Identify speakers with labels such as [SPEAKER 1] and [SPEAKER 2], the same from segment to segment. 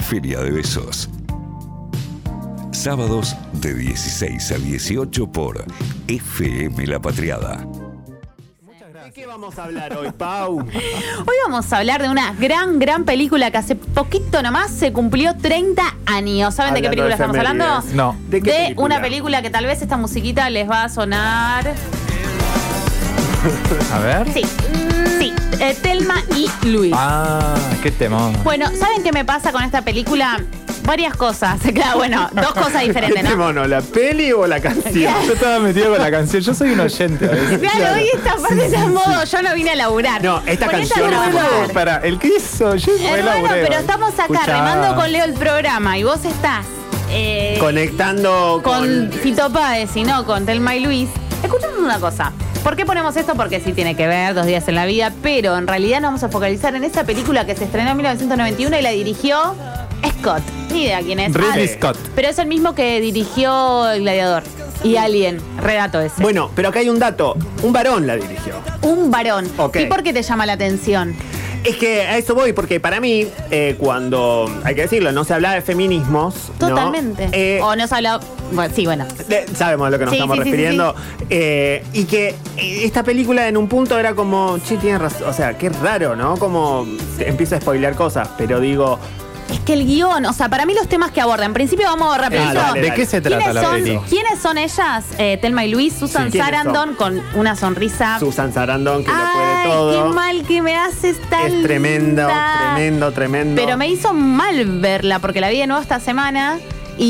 [SPEAKER 1] Feria de Besos. Sábados de 16 a 18 por FM La Patriada.
[SPEAKER 2] ¿De qué vamos a hablar hoy, Pau?
[SPEAKER 3] Hoy vamos a hablar de una gran película que hace poquito nomás se cumplió 30 años. ¿Saben de qué película estamos hablando?
[SPEAKER 4] No.
[SPEAKER 2] ¿De qué película?
[SPEAKER 3] Una película que tal vez esta musiquita les va a sonar.
[SPEAKER 4] A ver.
[SPEAKER 3] Sí, Thelma y Luis.
[SPEAKER 4] Ah, qué temón.
[SPEAKER 3] Bueno, ¿saben qué me pasa con esta película? Varias cosas. Claro, bueno, dos cosas diferentes,
[SPEAKER 2] ¿Qué
[SPEAKER 3] ¿no?
[SPEAKER 2] mono, la peli o la canción?
[SPEAKER 4] Yo estaba metido con la canción. Yo soy un oyente a veces.
[SPEAKER 3] Claro, hoy esta parte está en modo, yo no vine a laburar.
[SPEAKER 2] No, esta
[SPEAKER 3] Con
[SPEAKER 2] canción
[SPEAKER 3] no
[SPEAKER 2] es
[SPEAKER 3] vine a
[SPEAKER 2] como-
[SPEAKER 3] laburar.
[SPEAKER 4] Para, el que hizo, yo
[SPEAKER 3] Hermano, pero estamos acá
[SPEAKER 4] Escuchá.
[SPEAKER 3] remando con Leo el programa y vos estás
[SPEAKER 2] Conectando
[SPEAKER 3] con Fito Páez y no con Thelma y Luis. Escuchemos una cosa. ¿Por qué ponemos esto? Porque sí tiene que ver, 2 días en la vida, pero en realidad nos vamos a focalizar en esa película que se estrenó en 1991 y la dirigió Scott. Ni idea quién es.
[SPEAKER 4] Ridley Scott.
[SPEAKER 3] Pero es el mismo que dirigió El Gladiador y Alien, redato ese.
[SPEAKER 2] Bueno, pero acá hay un dato. Un varón la dirigió.
[SPEAKER 3] Un varón.
[SPEAKER 2] Ok.
[SPEAKER 3] ¿Y por qué te llama la atención?
[SPEAKER 2] Es que a eso voy, porque para mí, cuando, hay que decirlo, no se habla de feminismos. ¿no?
[SPEAKER 3] Totalmente. O no se habla. Bueno, sí, bueno.
[SPEAKER 2] Sabemos a lo que nos
[SPEAKER 3] Sí,
[SPEAKER 2] estamos
[SPEAKER 3] sí, sí,
[SPEAKER 2] refiriendo. Y que esta película en un punto era como, che, tiene razón. O sea, qué raro, ¿no? Como empieza a spoilear cosas, pero digo.
[SPEAKER 3] Es que el guión, o sea, para mí los temas que abordan. En principio vamos rapidito.
[SPEAKER 2] dale,
[SPEAKER 4] ¿De qué se trata la peli?
[SPEAKER 3] ¿Quiénes son ellas? Thelma y Luis, Susan
[SPEAKER 2] Sí, ¿quiénes
[SPEAKER 3] Sarandon
[SPEAKER 2] son?
[SPEAKER 3] con una sonrisa.
[SPEAKER 2] Susan Sarandon, que lo
[SPEAKER 3] Ay,
[SPEAKER 2] puede todo.
[SPEAKER 3] qué mal que me hace esta
[SPEAKER 2] Es tremendo, tremendo.
[SPEAKER 3] Pero me hizo mal verla porque la vi de nuevo esta semana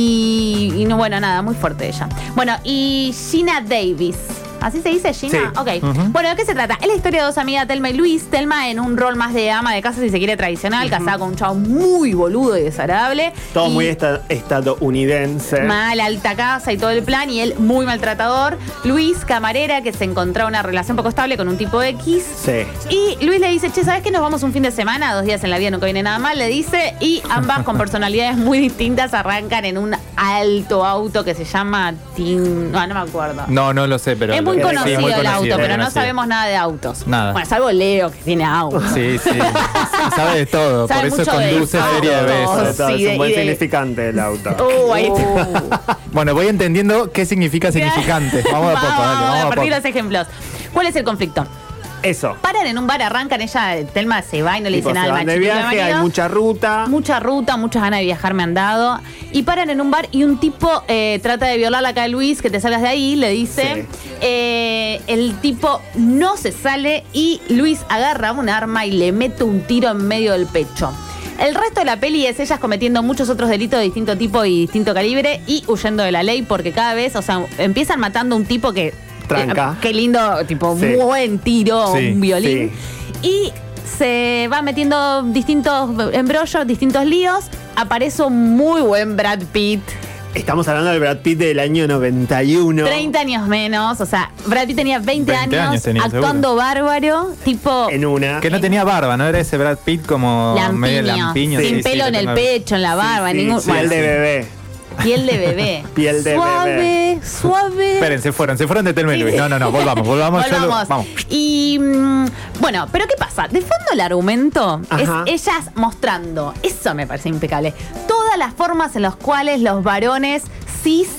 [SPEAKER 3] y no, bueno, nada, muy fuerte ella. Bueno, y Gina Davis. ¿Así se dice, Gina?
[SPEAKER 2] Sí.
[SPEAKER 3] Ok. Bueno, ¿de qué se trata? Es la historia de dos amigas, Thelma y Luis. Thelma en un rol más de ama de casa, si se quiere, tradicional, casada con un chavo muy boludo y desagradable.
[SPEAKER 2] Todo
[SPEAKER 3] Y
[SPEAKER 2] muy estadounidense.
[SPEAKER 3] mal, alta casa y todo el plan, y él muy maltratador. Luis, camarera, que se encontraba una relación poco estable con un tipo X.
[SPEAKER 2] Sí.
[SPEAKER 3] Y Luis le dice, che, ¿sabes que nos vamos un fin de semana? 2 días en la vida nunca viene nada mal, le dice. Y ambas con personalidades muy distintas arrancan en un alto auto que se llama no me acuerdo.
[SPEAKER 4] No lo sé, pero.
[SPEAKER 3] Es muy
[SPEAKER 4] sí,
[SPEAKER 3] conocido
[SPEAKER 4] muy
[SPEAKER 3] el auto,
[SPEAKER 4] conocido,
[SPEAKER 3] pero no
[SPEAKER 4] conocido.
[SPEAKER 3] sabemos nada de autos.
[SPEAKER 4] Nada.
[SPEAKER 3] Bueno, salvo Leo, que tiene autos.
[SPEAKER 4] Sí. Sabe de todo.
[SPEAKER 3] Sabe
[SPEAKER 4] Por eso
[SPEAKER 3] mucho de
[SPEAKER 4] conduce
[SPEAKER 3] autos.
[SPEAKER 4] Feria de Besos.
[SPEAKER 2] Todo,
[SPEAKER 3] Sí,
[SPEAKER 2] es un buen
[SPEAKER 3] y de-
[SPEAKER 2] significante el auto.
[SPEAKER 3] Ahí está.
[SPEAKER 4] Bueno, voy entendiendo qué significa significante. Vamos de a poco, dale,
[SPEAKER 3] a
[SPEAKER 4] vamos a
[SPEAKER 3] partir de
[SPEAKER 4] poco.
[SPEAKER 3] los ejemplos. ¿Cuál es el conflicto?
[SPEAKER 2] Eso.
[SPEAKER 3] Paran en un bar, arrancan, ella, Thelma se va y no le
[SPEAKER 2] Tipo,
[SPEAKER 3] dice nada
[SPEAKER 2] se
[SPEAKER 3] al
[SPEAKER 2] van de
[SPEAKER 3] machito
[SPEAKER 2] viaje, hay
[SPEAKER 3] marido.
[SPEAKER 2] mucha ruta.
[SPEAKER 3] Mucha ruta, muchas ganas de viajar me han dado. Y paran en un bar y un tipo trata de violarla acá a Luis, que te salgas de ahí, le dice. El tipo no se sale y Luis agarra un arma y le mete un tiro en medio del pecho. El resto de la peli es ellas cometiendo muchos otros delitos de distinto tipo y distinto calibre y huyendo de la ley porque cada vez, o sea, empiezan matando a un tipo que...
[SPEAKER 2] Tranca.
[SPEAKER 3] Qué lindo, tipo,
[SPEAKER 2] Sí.
[SPEAKER 3] buen tiro,
[SPEAKER 4] Sí,
[SPEAKER 3] un violín. Y se va metiendo distintos embrollos, distintos líos. Aparece un muy buen Brad Pitt.
[SPEAKER 2] Estamos hablando del Brad Pitt del año 91.
[SPEAKER 3] 30 años menos. O sea, Brad Pitt tenía 20 años
[SPEAKER 4] tenía,
[SPEAKER 3] actuando bárbaro. Tipo,
[SPEAKER 2] En una.
[SPEAKER 4] Que no tenía barba, ¿no? Era ese Brad Pitt como medio
[SPEAKER 3] lampiño.
[SPEAKER 4] lampiño.
[SPEAKER 3] Sin
[SPEAKER 4] sí,
[SPEAKER 3] pelo
[SPEAKER 4] sí,
[SPEAKER 3] en el
[SPEAKER 4] tengo-
[SPEAKER 3] pecho, en la barba.
[SPEAKER 2] Sí,
[SPEAKER 3] ningún,
[SPEAKER 2] piel
[SPEAKER 3] bueno,
[SPEAKER 2] de bebé.
[SPEAKER 3] piel de bebé.
[SPEAKER 2] Piel de
[SPEAKER 3] suave,
[SPEAKER 2] bebé.
[SPEAKER 3] Suave.
[SPEAKER 4] Esperen, se fueron de Thelma y Luis. No, volvamos.
[SPEAKER 3] Volvamos.
[SPEAKER 4] Vamos.
[SPEAKER 3] Y bueno, pero ¿qué pasa? De fondo el argumento
[SPEAKER 2] Ajá.
[SPEAKER 3] es ellas mostrando, eso me parece impecable, todas las formas en las cuales los varones cis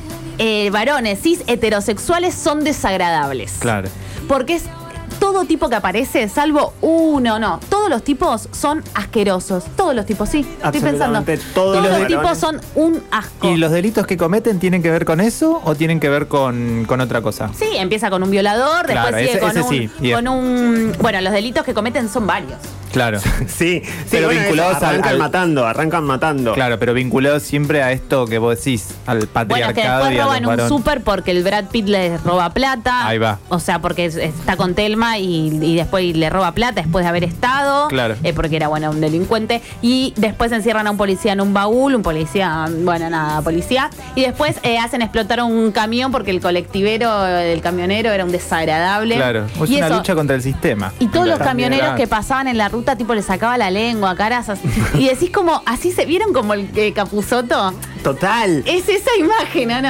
[SPEAKER 3] heterosexuales son desagradables.
[SPEAKER 4] Claro.
[SPEAKER 3] Porque es todo tipo que aparece, salvo uno, no. Todos los tipos son asquerosos. Todos los tipos, sí. Estoy pensando.
[SPEAKER 2] Absolutamente todos
[SPEAKER 3] Todos
[SPEAKER 2] los
[SPEAKER 3] los tipos
[SPEAKER 2] varones.
[SPEAKER 3] son un asco.
[SPEAKER 4] ¿Y los delitos que cometen tienen que ver con eso o tienen que ver con otra cosa?
[SPEAKER 3] Sí, empieza con un violador,
[SPEAKER 4] Claro,
[SPEAKER 3] después sigue
[SPEAKER 4] ese sí, bien.
[SPEAKER 3] con un... Bueno, los delitos que cometen son varios.
[SPEAKER 4] Claro.
[SPEAKER 2] Sí,
[SPEAKER 4] Pero
[SPEAKER 2] bueno,
[SPEAKER 4] vinculados
[SPEAKER 2] eso, arrancan matando.
[SPEAKER 4] Claro, pero vinculados siempre a esto que vos decís, al
[SPEAKER 3] Bueno,
[SPEAKER 4] patriarcado
[SPEAKER 3] que
[SPEAKER 4] y
[SPEAKER 3] después
[SPEAKER 4] a los
[SPEAKER 3] roban un
[SPEAKER 4] varones.
[SPEAKER 3] súper porque el Brad Pitt les roba plata.
[SPEAKER 4] Ahí va.
[SPEAKER 3] O sea, porque está con Thelma y después le roba plata después de haber estado.
[SPEAKER 4] Claro.
[SPEAKER 3] Porque era, bueno, un delincuente. Y después encierran a un policía en un baúl, un policía, bueno, nada, policía. Y después hacen explotar un camión porque el colectivero, el camionero era un desagradable.
[SPEAKER 4] Claro, es
[SPEAKER 3] y
[SPEAKER 4] una
[SPEAKER 3] eso,
[SPEAKER 4] lucha contra el sistema.
[SPEAKER 3] y todos los
[SPEAKER 4] Claro.
[SPEAKER 3] camioneros que pasaban en la ruta, tipo, le sacaba la lengua, caras así. Y decís como, así se vieron como el Capusotto.
[SPEAKER 2] Total.
[SPEAKER 3] Es esa imagen, ¿o no?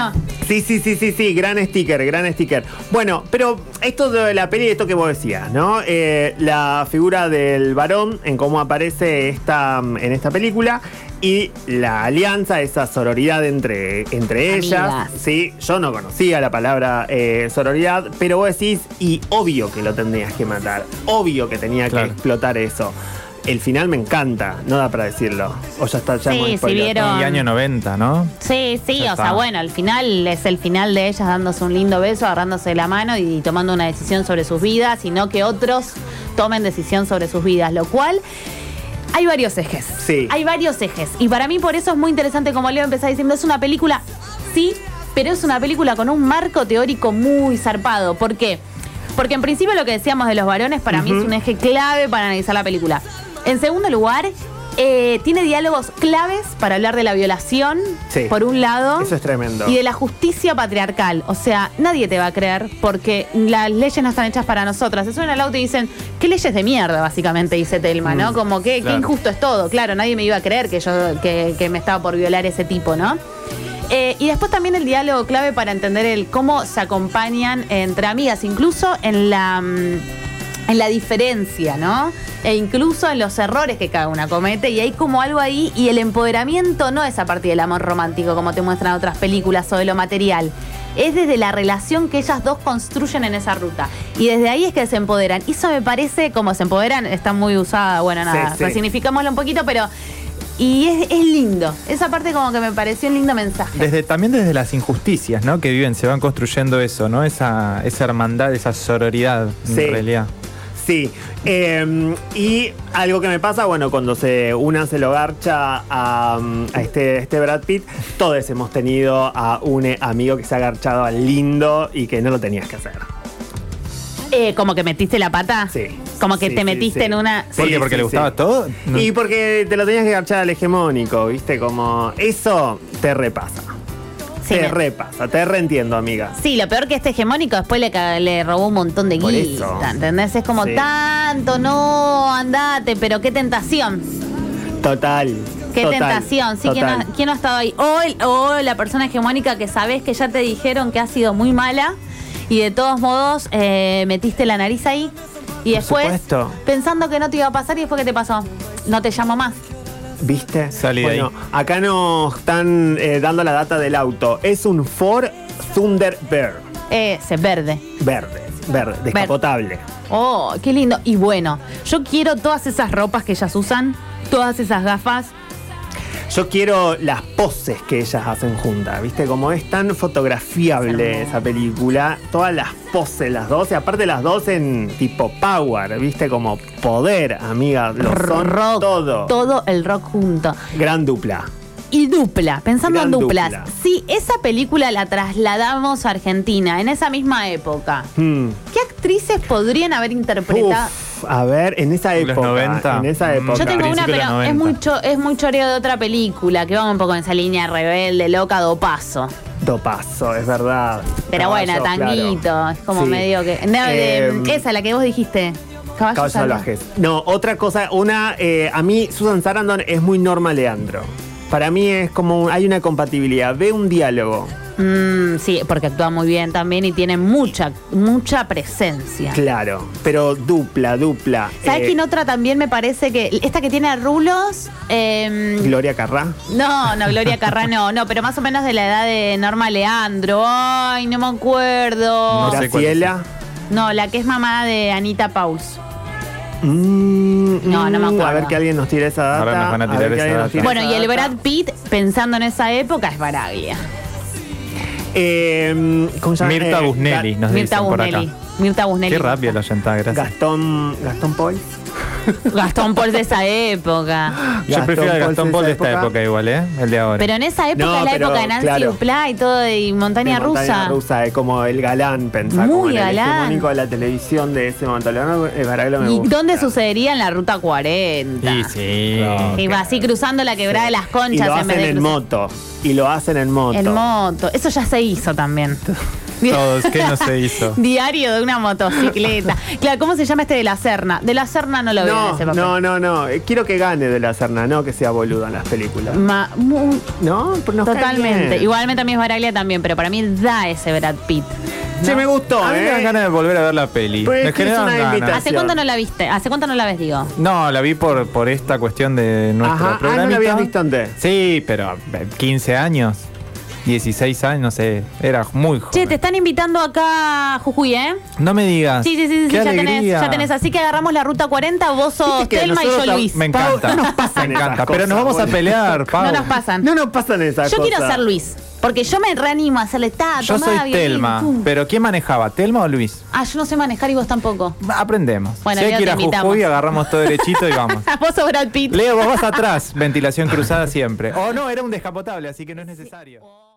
[SPEAKER 2] Sí, gran sticker. Bueno, pero esto de la peli, esto que vos decías, ¿no? La figura del varón en cómo aparece en esta película y la alianza, esa sororidad entre ellas. Sí, yo no conocía la palabra sororidad, pero vos decís, y obvio que lo tendrías que matar, obvio que tenía que explotar eso. El final me encanta, no da para decirlo. O ya está, ya hemos spoileado.
[SPEAKER 3] vieron.
[SPEAKER 4] Y año 90, ¿no?
[SPEAKER 3] Sí,
[SPEAKER 4] Ya
[SPEAKER 3] o sea,
[SPEAKER 4] está.
[SPEAKER 3] bueno, al final es el final de ellas dándose un lindo beso, agarrándose la mano y tomando una decisión sobre sus vidas, y no que otros tomen decisión sobre sus vidas, lo cual hay varios ejes.
[SPEAKER 2] Sí.
[SPEAKER 3] Hay varios ejes. Y para mí por eso es muy interesante, como Leo empezó diciendo, es una película, sí, pero es una película con un marco teórico muy zarpado. ¿Por qué? Porque en principio lo que decíamos de los varones para mí es un eje clave para analizar la película. En segundo lugar, tiene diálogos claves para hablar de la violación, por un lado.
[SPEAKER 2] Eso es tremendo.
[SPEAKER 3] Y de la justicia patriarcal. O sea, nadie te va a creer porque las leyes no están hechas para nosotras. Se suben al auto y dicen, ¿qué leyes de mierda? Básicamente dice Thelma, ¿no? Como que qué injusto es todo. Claro, nadie me iba a creer que me estaba por violar ese tipo, ¿no? Y después también el diálogo clave para entender cómo se acompañan entre amigas, incluso en la diferencia, ¿no? E incluso en los errores que cada una comete, y hay como algo ahí, y el empoderamiento no es a partir del amor romántico como te muestran otras películas o de lo material, es desde la relación que ellas dos construyen en esa ruta, y desde ahí es que se empoderan. Y eso me parece, como se empoderan, está muy usada, bueno, nada, resignificámoslo un poquito, pero y es lindo, esa parte como que me pareció un lindo mensaje.
[SPEAKER 4] También desde las injusticias, ¿no? Que viven, se van construyendo eso, ¿no? Esa hermandad, esa sororidad, en realidad.
[SPEAKER 2] Sí, y algo que me pasa, bueno, cuando una se lo garcha a este Brad Pitt, todos hemos tenido a un amigo que se ha garchado al lindo y que no lo tenías que hacer.
[SPEAKER 3] ¿Como que metiste la pata?
[SPEAKER 2] Sí.
[SPEAKER 3] Como que te metiste en una...
[SPEAKER 4] ¿Por qué? ¿Porque le gustaba todo? No.
[SPEAKER 2] Y porque te lo tenías que garchar al hegemónico, ¿viste? Como eso te repasa.
[SPEAKER 3] Sí,
[SPEAKER 2] te repasa, te reentiendo, amiga.
[SPEAKER 3] Sí, lo peor que este hegemónico después le robó un montón de
[SPEAKER 2] Por
[SPEAKER 3] guita,
[SPEAKER 2] eso.
[SPEAKER 3] ¿entendés? Es como tanto, no, andate, pero qué tentación.
[SPEAKER 2] Total.
[SPEAKER 3] Qué tentación, sí, ¿quién no ha estado ahí? O la persona hegemónica que sabés que ya te dijeron que ha sido muy mala y de todos modos metiste la nariz ahí y después pensando que no te iba a pasar, y después ¿qué te pasó? No te llamo más.
[SPEAKER 2] ¿Viste?
[SPEAKER 4] Salí de ahí.
[SPEAKER 2] Acá nos están dando la data del auto. Es un Ford Thunderbird.
[SPEAKER 3] Ese, verde.
[SPEAKER 2] Verde, descapotable.
[SPEAKER 3] Oh, qué lindo. Y bueno, yo quiero todas esas ropas que ellas usan, todas esas gafas.
[SPEAKER 2] Yo quiero las poses que ellas hacen juntas, ¿viste? Como es tan fotografiable esa película, todas las poses, las dos, y aparte las dos en tipo power, ¿viste? Como poder, amiga, lo son
[SPEAKER 3] rock,
[SPEAKER 2] todo.
[SPEAKER 3] Todo el rock junto.
[SPEAKER 2] Gran dupla.
[SPEAKER 3] Y dupla, pensando
[SPEAKER 2] Gran
[SPEAKER 3] en duplas.
[SPEAKER 2] dupla.
[SPEAKER 3] Si esa película la trasladamos a Argentina, en esa misma época, ¿qué actrices podrían haber interpretado?
[SPEAKER 2] A ver, en esa
[SPEAKER 4] Los
[SPEAKER 2] época.
[SPEAKER 4] 90.
[SPEAKER 2] En esa época.
[SPEAKER 3] Yo tengo una,
[SPEAKER 4] principio de
[SPEAKER 3] pero
[SPEAKER 4] los
[SPEAKER 3] es muy choreo de otra película, que va un poco en esa línea rebelde, loca, dopazo.
[SPEAKER 2] Dopazo, es verdad.
[SPEAKER 3] Pero bueno, tanguito,
[SPEAKER 2] claro.
[SPEAKER 3] es como
[SPEAKER 2] Sí.
[SPEAKER 3] medio que... esa, la que vos dijiste.
[SPEAKER 2] Caballos salvajes. No, otra cosa, a mí Susan Sarandon es muy Norma Leandro. Para mí es como, hay una compatibilidad, ve un diálogo.
[SPEAKER 3] Sí, porque actúa muy bien también y tiene mucha presencia.
[SPEAKER 2] Claro, pero dupla.
[SPEAKER 3] ¿Sabes quién otra también me parece que... Esta que tiene rulos...
[SPEAKER 2] Gloria Carrá.
[SPEAKER 3] No, Gloria Carrá no, pero más o menos de la edad de Norma Leandro. Ay, no me acuerdo.
[SPEAKER 4] No sé cuál es.
[SPEAKER 2] Graciela.
[SPEAKER 3] No, la que es mamá de Anita Paus.
[SPEAKER 2] No
[SPEAKER 3] me acuerdo.
[SPEAKER 2] A ver que alguien nos tire esa data.
[SPEAKER 4] Ahora nos van a tirar
[SPEAKER 2] ver que
[SPEAKER 4] esa
[SPEAKER 2] alguien nos
[SPEAKER 4] data.
[SPEAKER 2] tire
[SPEAKER 3] Bueno,
[SPEAKER 2] esa
[SPEAKER 3] y el
[SPEAKER 2] data.
[SPEAKER 3] Brad Pitt, pensando en esa época, es Baraglia.
[SPEAKER 2] ¿Cómo se llama?
[SPEAKER 4] Mirta Busnelli, nos
[SPEAKER 3] Mirta
[SPEAKER 4] dicen por acá.
[SPEAKER 3] Busnelli. Mirta Busnelli.
[SPEAKER 4] Qué rápido la oyenta, gracias.
[SPEAKER 2] Gastón Paul.
[SPEAKER 3] Gastón Paul de esa época.
[SPEAKER 4] Yo prefiero a Gastón Paul de esta época igual, el de ahora.
[SPEAKER 3] Pero en esa época
[SPEAKER 2] No,
[SPEAKER 3] es la
[SPEAKER 2] pero,
[SPEAKER 3] época de Nancy
[SPEAKER 2] claro.
[SPEAKER 3] Duplá y todo, y Montaña Rusa.
[SPEAKER 2] Montaña Rusa es como el galán, pensá,
[SPEAKER 3] Muy
[SPEAKER 2] como en el
[SPEAKER 3] galán.
[SPEAKER 2] hegemónico de la televisión de ese momento. Baraglia me
[SPEAKER 3] ¿Y
[SPEAKER 2] gusta.
[SPEAKER 3] dónde sucedería? En la Ruta 40.
[SPEAKER 4] Y sí.
[SPEAKER 2] No.
[SPEAKER 3] Y va así cruzando la quebrada de las Conchas
[SPEAKER 2] Y lo
[SPEAKER 3] en vez
[SPEAKER 2] hacen
[SPEAKER 3] de
[SPEAKER 2] en
[SPEAKER 3] cruzar.
[SPEAKER 2] moto. Y lo hacen en moto.
[SPEAKER 3] En moto. Eso ya se hizo también.
[SPEAKER 4] Todos, ¿qué no se hizo?
[SPEAKER 3] Diario de una motocicleta. Claro, ¿cómo se llama este de la Serna? De la Serna no lo veo en ese papel.
[SPEAKER 2] No. Quiero que gane de la Serna, no que sea boludo en las películas. ¿No? Nos
[SPEAKER 3] Totalmente.
[SPEAKER 2] cae bien.
[SPEAKER 3] Igualmente a mí es Baraglia también, pero para mí da ese Brad Pitt.
[SPEAKER 2] Sí, me gustó,
[SPEAKER 4] A mí me dan ganas de volver a ver la peli.
[SPEAKER 2] Pues
[SPEAKER 4] Me
[SPEAKER 2] es que es
[SPEAKER 4] generan
[SPEAKER 2] una
[SPEAKER 4] ganas.
[SPEAKER 2] invitación.
[SPEAKER 3] ¿Hace cuánto no la viste? ¿Hace cuánto no la ves, digo?
[SPEAKER 4] No, la vi por esta cuestión de nuestro
[SPEAKER 2] Ajá.
[SPEAKER 4] programita.
[SPEAKER 2] ¿No la habías visto antes?
[SPEAKER 4] Sí, pero 15 años, 16 años, no sé, era muy joven.
[SPEAKER 3] Che, te están invitando acá a Jujuy, ¿eh?
[SPEAKER 4] No me digas.
[SPEAKER 3] Sí,
[SPEAKER 4] Qué
[SPEAKER 3] ya
[SPEAKER 4] alegría.
[SPEAKER 3] tenés. Así que agarramos la ruta 40, vos sos
[SPEAKER 2] Viste que
[SPEAKER 3] Telma y yo
[SPEAKER 2] nosotros
[SPEAKER 3] Luis.
[SPEAKER 4] Me encanta.
[SPEAKER 2] No nos pasan
[SPEAKER 4] me encanta.
[SPEAKER 2] esas
[SPEAKER 4] Pero nos
[SPEAKER 2] cosas,
[SPEAKER 4] vamos a
[SPEAKER 2] boludo.
[SPEAKER 4] pelear, Pau.
[SPEAKER 3] No nos pasan.
[SPEAKER 2] No nos pasan esas
[SPEAKER 3] Yo
[SPEAKER 2] cosas.
[SPEAKER 3] quiero ser Luis, porque yo me reanimo a hacerle
[SPEAKER 4] Yo soy Telma. Pero ¿quién manejaba? ¿Telma o Luis?
[SPEAKER 3] Yo no sé manejar y vos tampoco.
[SPEAKER 4] Aprendemos.
[SPEAKER 3] Bueno,
[SPEAKER 4] si hay
[SPEAKER 3] ya
[SPEAKER 4] que ir
[SPEAKER 3] te
[SPEAKER 4] a
[SPEAKER 3] invitamos.
[SPEAKER 4] Jujuy, agarramos todo derechito y vamos.
[SPEAKER 3] Vos sos Brad Pitt.
[SPEAKER 4] Leo, vos vas atrás. Ventilación cruzada siempre. Oh, no, era un descapotable, así que no es necesario.